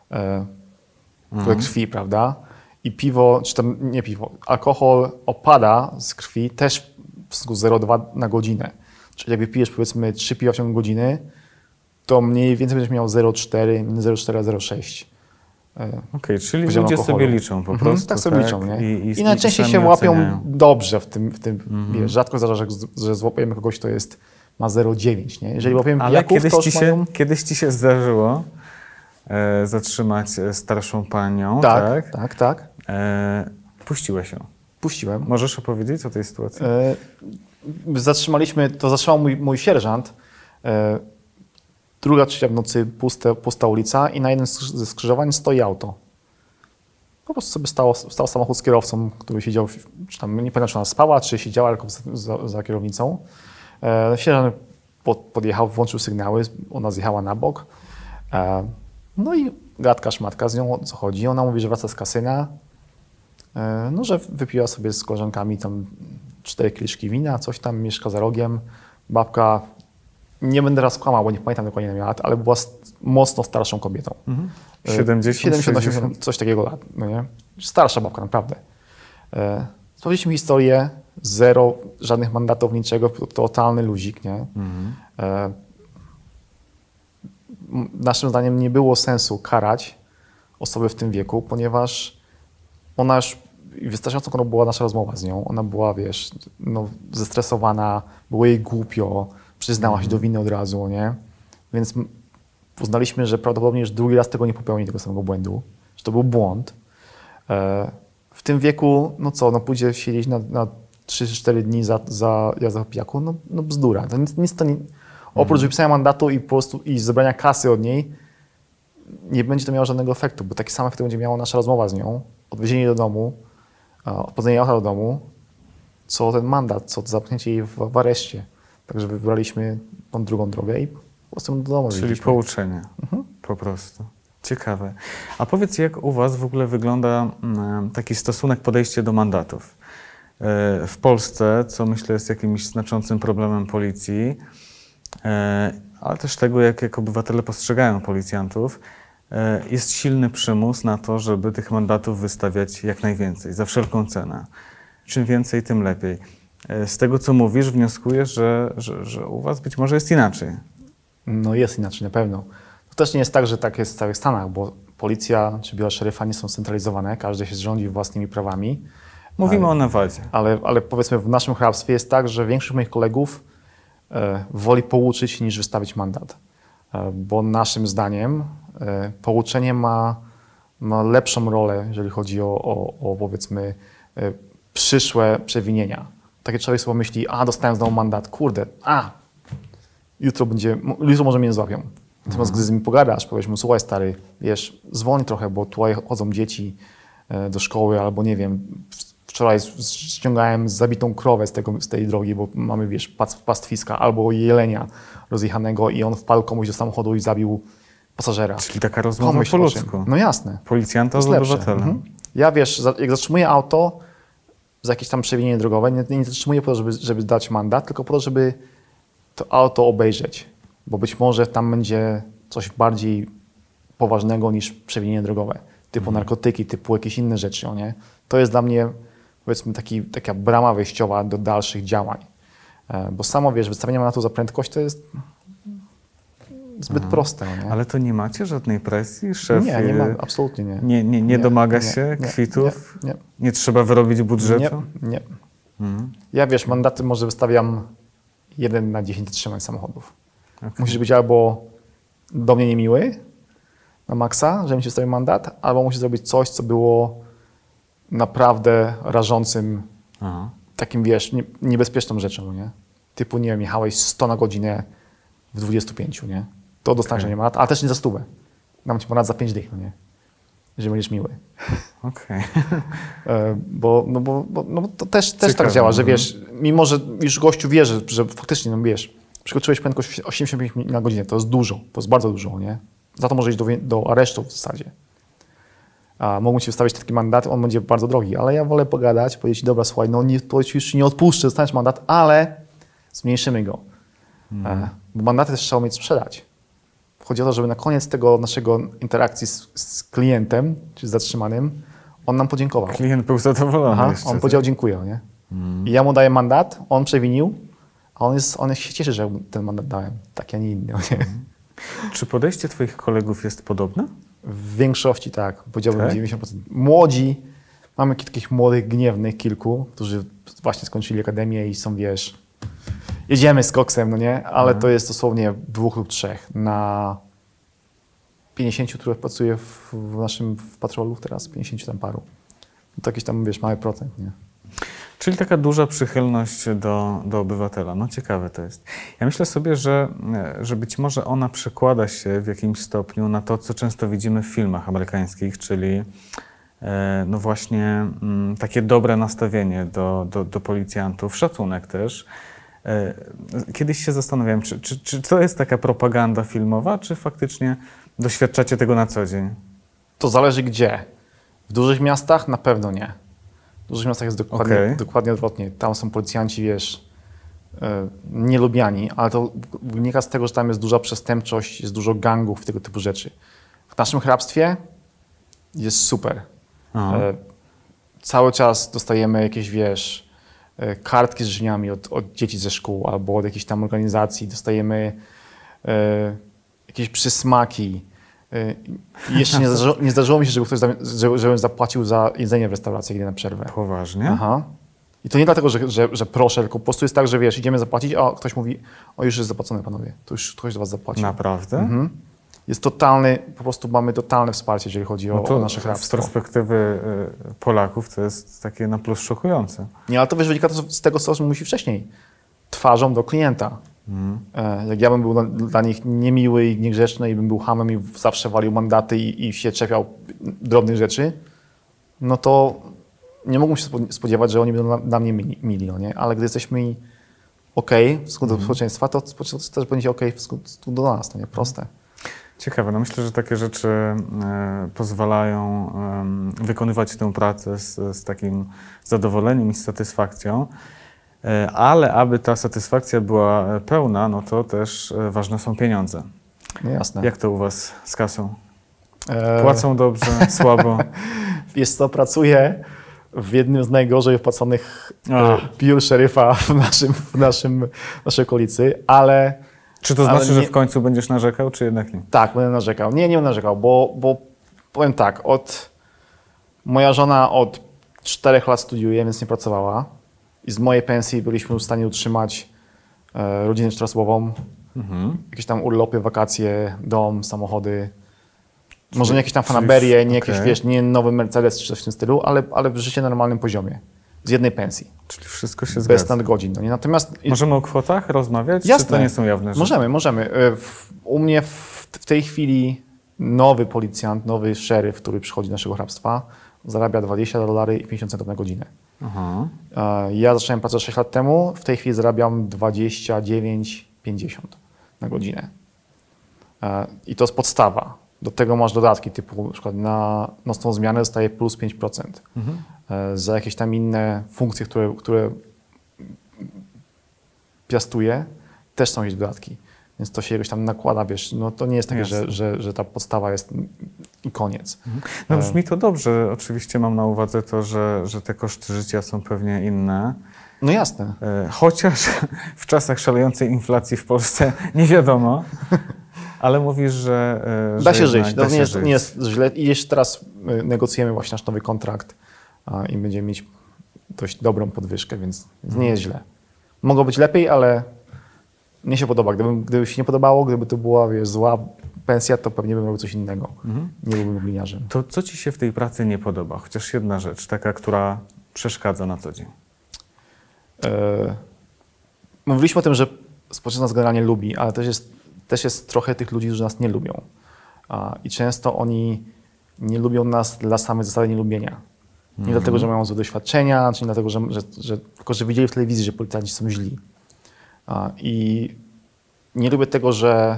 yy, mhm. krwi, prawda? I piwo, czy tam nie piwo, alkohol opada z krwi też w zero przecinek dwa na godzinę. Czyli jak wypijesz, powiedzmy, trzy piwa w ciągu godziny, to mniej więcej będziesz miał zero przecinek cztery, między zero przecinek cztery a zero przecinek sześć. Okej, okay, czyli ludzie alkoholu. sobie liczą po prostu. Mhm, tak sobie tak? liczą, nie? I, i, I najczęściej i się łapią oceniają. dobrze w tym. W tym mhm. wiesz, rzadko zdarza, że, że złapiemy kogoś, kto jest, ma zero przecinek dziewięć. Nie? Jeżeli łapiemy Ale pijaków, kiedyś, to ci się, mają... kiedyś ci się zdarzyło e, zatrzymać starszą panią, tak? Tak, tak, tak. E, puściłeś ją. Puściłem. Możesz opowiedzieć o tej sytuacji? E, zatrzymaliśmy, to zatrzymał mój, mój sierżant. E, druga, trzecia w nocy, puste, pusta ulica i na jednym ze skrzyżowań stoi auto. Po prostu sobie stał, stał samochód z kierowcą, który siedział, czy tam, nie pamiętam, czy ona spała, czy siedziała tylko za, za kierownicą. E, sierżant pod, podjechał, włączył sygnały, ona zjechała na bok. E, no i gadka, szmatka z nią, o co chodzi. Ona mówi, że wraca z kasyna, e, no, że wypiła sobie z koleżankami tam cztery kieliszki wina, coś tam, mieszka za rogiem. Babka, nie będę raz kłamał, bo nie pamiętam dokładnie ile lat, ale była mocno starszą kobietą. Mhm. siedemdziesiąt, siedemdziesiąt, osiemdziesiąt, coś takiego lat, no nie? Starsza babka, naprawdę. E, Sprawdziliśmy historię, zero, żadnych mandatów, niczego, totalny luzik, nie? Mhm. E, naszym zdaniem nie było sensu karać osoby w tym wieku, ponieważ ona już, wystarczająco była nasza rozmowa z nią, ona była, wiesz, no, zestresowana, było jej głupio, przyznała mhm. się do winy od razu, nie? Więc uznaliśmy, że prawdopodobnie już drugi raz tego nie popełni, tego samego błędu, że to był błąd. E, w tym wieku, no co, no pójdzie siedzieć na, na trzy cztery dni za, za jazdę po pijaku, no, no bzdura. To nic, nic to nie, oprócz mhm. wypisania mandatu i po prostu i zebrania kasy od niej, nie będzie to miało żadnego efektu, bo taki sam efekt będzie miała nasza rozmowa z nią, odwiezienie do domu, odprowadzenie auta do domu, co ten mandat, co to zamknięcie jej w, w areszcie. Także wybraliśmy tą drugą drogę i po prostu do domu. Czyli pouczenie, mhm. po prostu. Ciekawe. A powiedz, jak u was w ogóle wygląda taki stosunek, podejście do mandatów? W Polsce, co myślę jest jakimś znaczącym problemem policji, ale też tego, jak, jak obywatele postrzegają policjantów, jest silny przymus na to, żeby tych mandatów wystawiać jak najwięcej, za wszelką cenę. Czym więcej, tym lepiej. Z tego, co mówisz, wnioskuję, że, że, że u was być może jest inaczej. No jest inaczej, na pewno. To też nie jest tak, że tak jest w całych Stanach, bo policja czy biura szeryfa nie są scentralizowane, każdy się rządzi własnymi prawami. Mówimy ale, o Nevadzie. Ale, ale powiedzmy w naszym hrabstwie jest tak, że większość moich kolegów e, woli pouczyć niż wystawić mandat. E, bo naszym zdaniem e, pouczenie ma, ma lepszą rolę, jeżeli chodzi o, o, o powiedzmy e, przyszłe przewinienia. Taki człowiek sobie myśli, a dostałem znowu mandat, kurde, a jutro będzie, jutro może mnie złapią. Natomiast mhm. gdy z nimi pogadasz, powiesz mu, słuchaj stary, wiesz, zwolnij trochę, bo tutaj chodzą dzieci do szkoły, albo nie wiem, wczoraj ściągałem zabitą krowę z, tego, z tej drogi, bo mamy, wiesz, pastwiska, albo jelenia rozjechanego i on wpadł komuś do samochodu i zabił pasażera. Czyli taka rozmowa Pomyśl po ludzku. No jasne. Policjanta z obywatelem. Mhm. Ja, wiesz, jak zatrzymuję auto za jakieś tam przewinienie drogowe, nie, nie zatrzymuję po to, żeby, żeby dać mandat, tylko po to, żeby to auto obejrzeć, bo być może tam będzie coś bardziej poważnego niż przewinienie drogowe, typu mhm. narkotyki, typu jakieś inne rzeczy, nie? To jest dla mnie powiedzmy taki, taka brama wejściowa do dalszych działań. Bo samo, wiesz, wystawienie mandatu za prędkość to jest zbyt Aha. proste. Nie? Ale to nie macie żadnej presji? Szef nie, nie mam, absolutnie nie. Nie, nie, nie, nie domaga nie, się nie, kwitów? Nie, nie. nie trzeba wyrobić budżetu? Nie, nie. Mhm. Ja, wiesz, mandaty może wystawiam jeden na dziesięć zatrzymań samochodów. Okay. Musisz być albo do mnie niemiły na maksa, żebym ci wystawił mandat, albo musisz zrobić coś, co było naprawdę rażącym, Aha. takim, wiesz, nie, niebezpieczną rzeczą, nie? Typu, nie wiem, jechałeś sto na godzinę w dwudziestu pięciu, nie? To dostaniesz okay. mandat, ale też nie za stówę. Dam ci mandat za pięć dych, no nie? Jeżeli będziesz miły. Okej. Okay. bo, no bo, bo no to też, też tak działa, że wiesz, mimo że już gościu wie, że, że faktycznie, no wiesz, przekroczyłeś prędkość osiemdziesiąt pięć mil na godzinę, to jest dużo, to jest bardzo dużo, nie? Za to może iść do, do aresztu w zasadzie. A mogą ci wystawić taki mandat, on będzie bardzo drogi, ale ja wolę pogadać, powiedzieć ci, dobra, słuchaj, no nie, to ci już nie odpuszczę, dostaniesz mandat, ale zmniejszymy go. Hmm. Bo mandaty też trzeba umieć sprzedać. Chodzi o to, żeby na koniec tego naszego interakcji z, z klientem, czy z zatrzymanym, on nam podziękował. Klient był zadowolony. Aha, jeszcze, on powiedział dziękuję, nie? Hmm. I ja mu daję mandat, on przewinił, a on, jest, on się cieszy, że ten mandat dałem. Tak, a nie inny. Nie? Hmm. Czy podejście twoich kolegów jest podobne? W większości tak, powiedziałbym tak? dziewięćdziesiąt procent. Młodzi, mamy takich młodych, gniewnych kilku, którzy właśnie skończyli akademię i są, wiesz, jedziemy z koksem, no nie? Ale mhm. to jest dosłownie dwóch lub trzech na pięćdziesięciu, których pracuje w, w naszym w patrolu teraz, pięćdziesięciu tam paru. To jakiś tam, wiesz, mały procent, nie? Czyli taka duża przychylność do, do obywatela. No ciekawe to jest. Ja myślę sobie, że, że być może ona przekłada się w jakimś stopniu na to, co często widzimy w filmach amerykańskich, czyli e, no właśnie m, takie dobre nastawienie do, do, do policjantów, szacunek też. E, kiedyś się zastanawiałem, czy, czy, czy to jest taka propaganda filmowa, czy faktycznie doświadczacie tego na co dzień? To zależy gdzie. W dużych miastach na pewno nie. W dużych miastach jest dokładnie, okay. dokładnie odwrotnie. Tam są policjanci, wiesz, yy, nielubiani, ale to wynika z tego, że tam jest duża przestępczość, jest dużo gangów, tego typu rzeczy. W naszym hrabstwie jest super. Yy, cały czas dostajemy jakieś, wiesz, yy, kartki z życzeniami od, od dzieci ze szkół albo od jakichś tam organizacji. Dostajemy yy, jakieś przysmaki. I jeszcze nie zdarzyło, nie zdarzyło mi się, żeby ktoś za, żebym zapłacił za jedzenie w restauracji, kiedy na przerwę. Poważnie? Aha. I to nie dlatego, że, że, że proszę, tylko po prostu jest tak, że wiesz, idziemy zapłacić, a ktoś mówi, o już jest zapłacone, panowie, to już ktoś do was zapłacił. Naprawdę? Mhm. Jest totalny, po prostu mamy totalne wsparcie, jeżeli chodzi o, no to o nasze hrabstwo. Z perspektywy Polaków to jest takie na plus szokujące. Nie, ale to wiesz, wynika to z tego, co mówi wcześniej. Twarzą do klienta. Hmm. Jak ja bym był dla nich niemiły i niegrzeczny i bym był hamem i zawsze walił mandaty i, i się czepiał drobnych rzeczy, no to nie mógłbym się spodziewać, że oni będą dla mnie mili, mili no nie? Ale gdy jesteśmy okej okay, w stosunku do społeczeństwa, to społeczeństwo też będzie okej okay w stosunku do nas, to nie proste. Ciekawe, no myślę, że takie rzeczy e, pozwalają e, wykonywać tę pracę z, z takim zadowoleniem i z satysfakcją. Ale aby ta satysfakcja była pełna, no to też ważne są pieniądze. No jasne. Jak to u was z kasą? Płacą dobrze, słabo? Wiesz co, pracuję w jednym z najgorzej opłaconych biur szeryfa w naszym, w naszym, w naszej okolicy, ale... Czy to znaczy, nie... że w końcu będziesz narzekał, czy jednak nie? Tak, będę narzekał. Nie, nie będę narzekał, bo, bo powiem tak, od... moja żona od czterech lat studiuje, więc nie pracowała. I z mojej pensji byliśmy w stanie utrzymać e, rodzinę czteroosobową, mhm. jakieś tam urlopy, wakacje, dom, samochody. Czyli, może nie jakieś tam fanaberie, nie okay. jakieś, wiesz, nie nowy Mercedes czy coś w tym stylu, ale, ale życie na normalnym poziomie. Z jednej pensji. Czyli wszystko się Bez zgadza. Bez nadgodzin. No nie? Natomiast, możemy o kwotach rozmawiać? Jasne. Czy to nie są jawne rzeczy? Możemy, możemy. W, u mnie w, w tej chwili nowy policjant, nowy szeryf, który przychodzi do naszego hrabstwa, zarabia dwadzieścia dolarów i pięćdziesiąt centów na godzinę. Aha. Ja zacząłem pracować sześć lat temu, w tej chwili zarabiam dwadzieścia dziewięć pięćdziesiąt na godzinę. I to jest podstawa. Do tego masz dodatki typu na przykład na nocną zmianę dostaję plus pięć procent. Mhm. Za jakieś tam inne funkcje, które, które piastuję, też są jakieś dodatki. Więc to się jakoś tam nakłada, wiesz, no to nie jest takie, że, że, że ta podstawa jest i koniec. No brzmi to dobrze. Oczywiście mam na uwadze to, że, że te koszty życia są pewnie inne. No jasne. Chociaż w czasach szalejącej inflacji w Polsce nie wiadomo, ale mówisz, że Da że się żyć, da to się nie jest, żyć. nie jest źle. I jeszcze teraz negocjujemy właśnie nasz nowy kontrakt a, i będziemy mieć dość dobrą podwyżkę, więc nie jest źle. Mogło być lepiej, ale mnie się podoba. Gdyby, gdyby się nie podobało, gdyby to była wiesz, zła pensja, to pewnie bym robił coś innego. Mhm. Nie byłbym gliniarzem. To co ci się w tej pracy nie podoba? Chociaż jedna rzecz, taka, która przeszkadza na co dzień. E, mówiliśmy o tym, że społeczeństwo nas generalnie lubi, ale też jest, też jest trochę tych ludzi, którzy nas nie lubią. A, I często oni nie lubią nas dla samej zasady nielubienia. Nie mm. dlatego, że mają złe doświadczenia, czy nie dlatego, że, że, że, tylko że widzieli w telewizji, że policjanci są źli. A, I nie lubię tego, że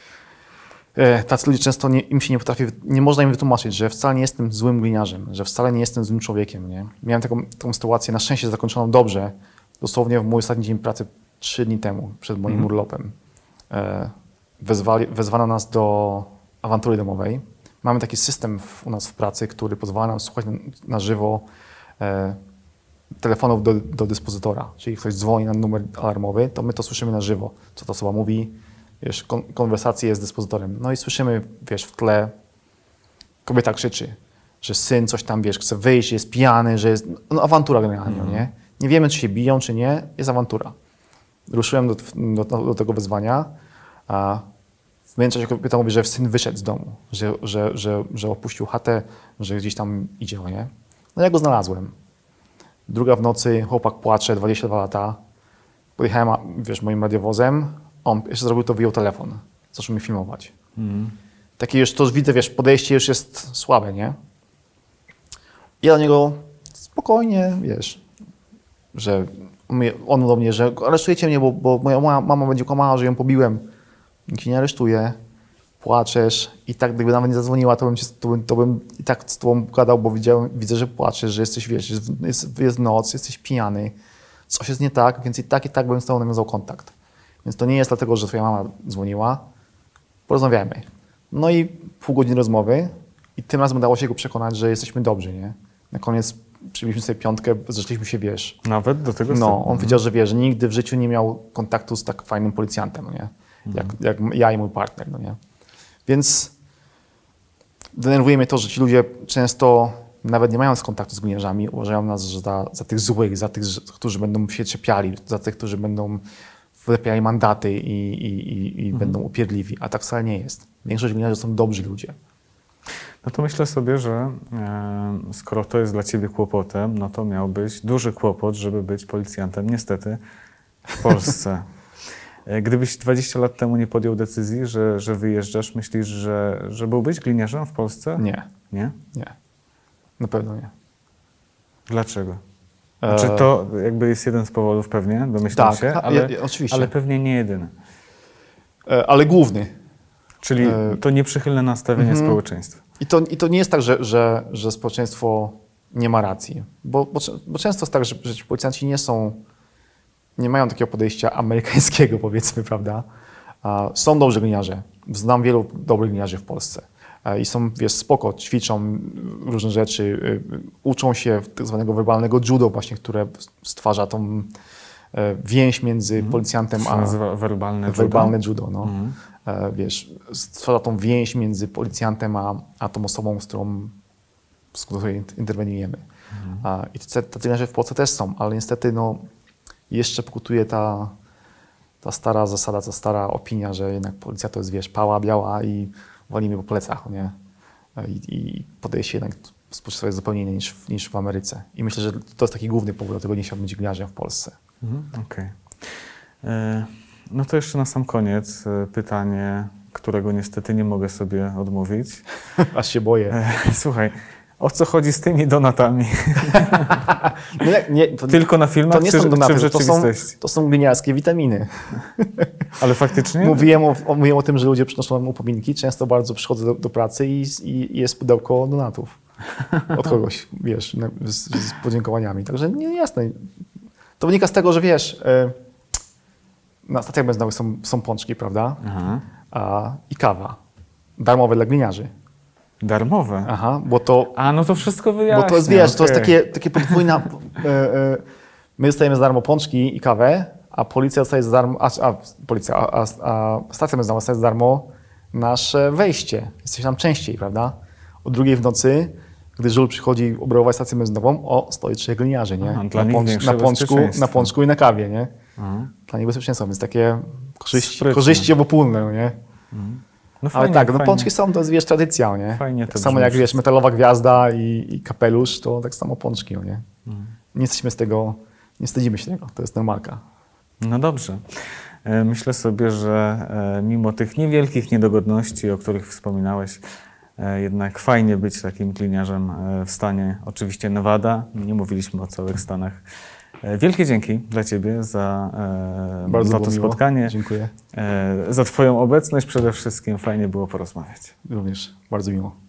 e, tacy ludzie często nie, im się nie potrafi, nie można im wytłumaczyć, że wcale nie jestem złym gliniarzem, że wcale nie jestem złym człowiekiem. Nie? Miałem taką, taką sytuację, na szczęście zakończoną dobrze, dosłownie w mój ostatni dzień pracy trzy dni temu, przed moim mm. urlopem. E, wezwali, wezwano nas do awantury domowej. Mamy taki system w, u nas w pracy, który pozwala nam słuchać na, na żywo e, telefonów do, do dyspozytora. Czyli ktoś dzwoni na numer alarmowy, to my to słyszymy na żywo, co ta osoba mówi, wiesz, kon, konwersacje z dyspozytorem. No i słyszymy, wiesz, w tle kobieta krzyczy, że syn coś tam, wiesz, chce wyjść, jest pijany, że jest, no awantura generalnie, mm. nie? Nie wiemy, czy się biją, czy nie, jest awantura. Ruszyłem do, do, do tego wyzwania, a w międzyczasie kobieta mówi, że syn wyszedł z domu, że, że, że, że opuścił chatę, że gdzieś tam idzie, nie? No ja go znalazłem. Druga w nocy, chłopak płacze, dwadzieścia dwa lata. Pojechałem, wiesz, moim radiowozem, on jeszcze zrobił to, wyjął telefon, zaczął mnie filmować. Mm. Takie już, to widzę, wiesz, podejście już jest słabe, nie? Ja do niego spokojnie, wiesz, że on do mnie, że aresztujecie mnie, bo, bo moja mama będzie kłamała, że ją pobiłem. Nikt się nie aresztuje, płaczesz i tak gdyby nawet nie zadzwoniła, to bym, cię, to bym, to bym i tak z tobą gadał, bo widziałem, widzę, że płaczesz, że jesteś, wiesz, jest, jest noc, jesteś pijany, coś jest nie tak, więc i tak i tak bym z tobą nawiązał kontakt. Więc to nie jest dlatego, że twoja mama dzwoniła, porozmawiamy. No i pół godziny rozmowy i tym razem udało się go przekonać, że jesteśmy dobrzy, nie? Na koniec przybiliśmy sobie piątkę, zeszliśmy się, wiesz. Nawet do tego No, stopnia. on mhm. powiedział, że wiesz, że nigdy w życiu nie miał kontaktu z tak fajnym policjantem, no nie? Jak, jak ja i mój partner, no nie? Więc denerwuje mnie to, że ci ludzie często nawet nie mając kontaktu z gliniarzami, uważają nas za, za tych złych, za tych, którzy będą się czepiali, za tych, którzy będą wlepiali mandaty i, i, i, i mhm. będą upierdliwi, a tak wcale nie jest. Większość gliniarzy są dobrzy ludzie. No to myślę sobie, że e, skoro to jest dla ciebie kłopotem, no to miałbyś duży kłopot, żeby być policjantem, niestety, w Polsce. Gdybyś dwadzieścia lat temu nie podjął decyzji, że, że wyjeżdżasz, myślisz, że, że byłbyś gliniarzem w Polsce? Nie. Nie? Nie. Na pewno nie. Dlaczego? Znaczy to jakby jest jeden z powodów pewnie, domyślam tak, się, ale, ja, oczywiście. ale pewnie nie jedyny. E, ale główny. Czyli e... to nieprzychylne nastawienie mm-hmm. społeczeństwa. I to, I to nie jest tak, że, że, że społeczeństwo nie ma racji, bo, bo, bo często jest tak, że, że ci policjanci nie są, nie mają takiego podejścia amerykańskiego, powiedzmy, prawda? Są dobrzy gliniarze. Znam wielu dobrych gliniarzy w Polsce. I są, wiesz, spoko, ćwiczą różne rzeczy, uczą się tak zwanego werbalnego judo właśnie, które stwarza tą więź między mm. policjantem a... nazywa werbalne judo? Werbalne judo, no. Mm. Wiesz, stwarza tą więź między policjantem a, a tą osobą, z którą, z której interweniujemy. Mm. I tacy gliniarze w Polsce też są, ale niestety, no, jeszcze pokutuje ta, ta stara zasada, ta stara opinia, że jednak policja to jest, wiesz, pała biała i walimy po plecach, nie? I, i podejście jednak społeczeństwa jest zupełnie inne niż, niż w Ameryce. I myślę, że to jest taki główny powód, dlatego nie chciałbym być gliniarzem w Polsce. Mhm, okej. Okay. No to jeszcze na sam koniec pytanie, którego niestety nie mogę sobie odmówić. Aż się boję. Słuchaj, o co chodzi z tymi donatami? No nie, nie, to, Tylko na filmach, to nie czy, są donaty, czy w rzeczywistości? To są, to są gliniarskie witaminy. Ale faktycznie? Mówiłem o, mówiłem o tym, że ludzie przynoszą nam upominki. Często bardzo przychodzę do, do pracy i, i jest pudełko donatów od kogoś, wiesz, z, z podziękowaniami. Także nie, jasne. To wynika z tego, że wiesz, na stacjach benzynowych są, są pączki, prawda? Aha. A, i kawa. Darmowe dla gliniarzy. Darmowe? Aha, bo to... A, no to wszystko wyjaśnia. Bo to jest, wiesz, okay. to jest takie, takie podwójna... e, e, my dostajemy za darmo pączki i kawę, a policja dostaje za darmo... A, a, policja, a, a, a stacja benzynowa dostaje za darmo nasze wejście. Jesteśmy tam częściej, prawda? O drugiej w nocy, gdy żul przychodzi obrabować stację benzynową, o, stoi trzech gliniarzy, nie? Aha, dla na, nich pącz, większe na, pączku, bezpieczeństwo. na pączku i na kawie, nie? Aha. Dla nich bezpieczeństwo, więc takie korzyści, Sprytne. korzyści obopólne, nie? No Ale fajnie, tak, no fajnie. pączki są, to jest, wiesz, tradycja, nie? Fajnie to tak samo brzmi jak, wiesz, wszystko. metalowa gwiazda i, i kapelusz, to tak samo pączki, no nie? Nie jesteśmy z tego, nie wstydzimy się tego, to jest normalka. No dobrze. E, Myślę sobie, że e, mimo tych niewielkich niedogodności, o których wspominałeś, e, jednak fajnie być takim gliniarzem e, w stanie, oczywiście Nevada, nie mówiliśmy o całych Stanach. E, Wielkie dzięki dla Ciebie za, e, Bardzo za było to miło. spotkanie, Dziękuję. e, za Twoją obecność przede wszystkim. Fajnie było porozmawiać. Również bardzo miło.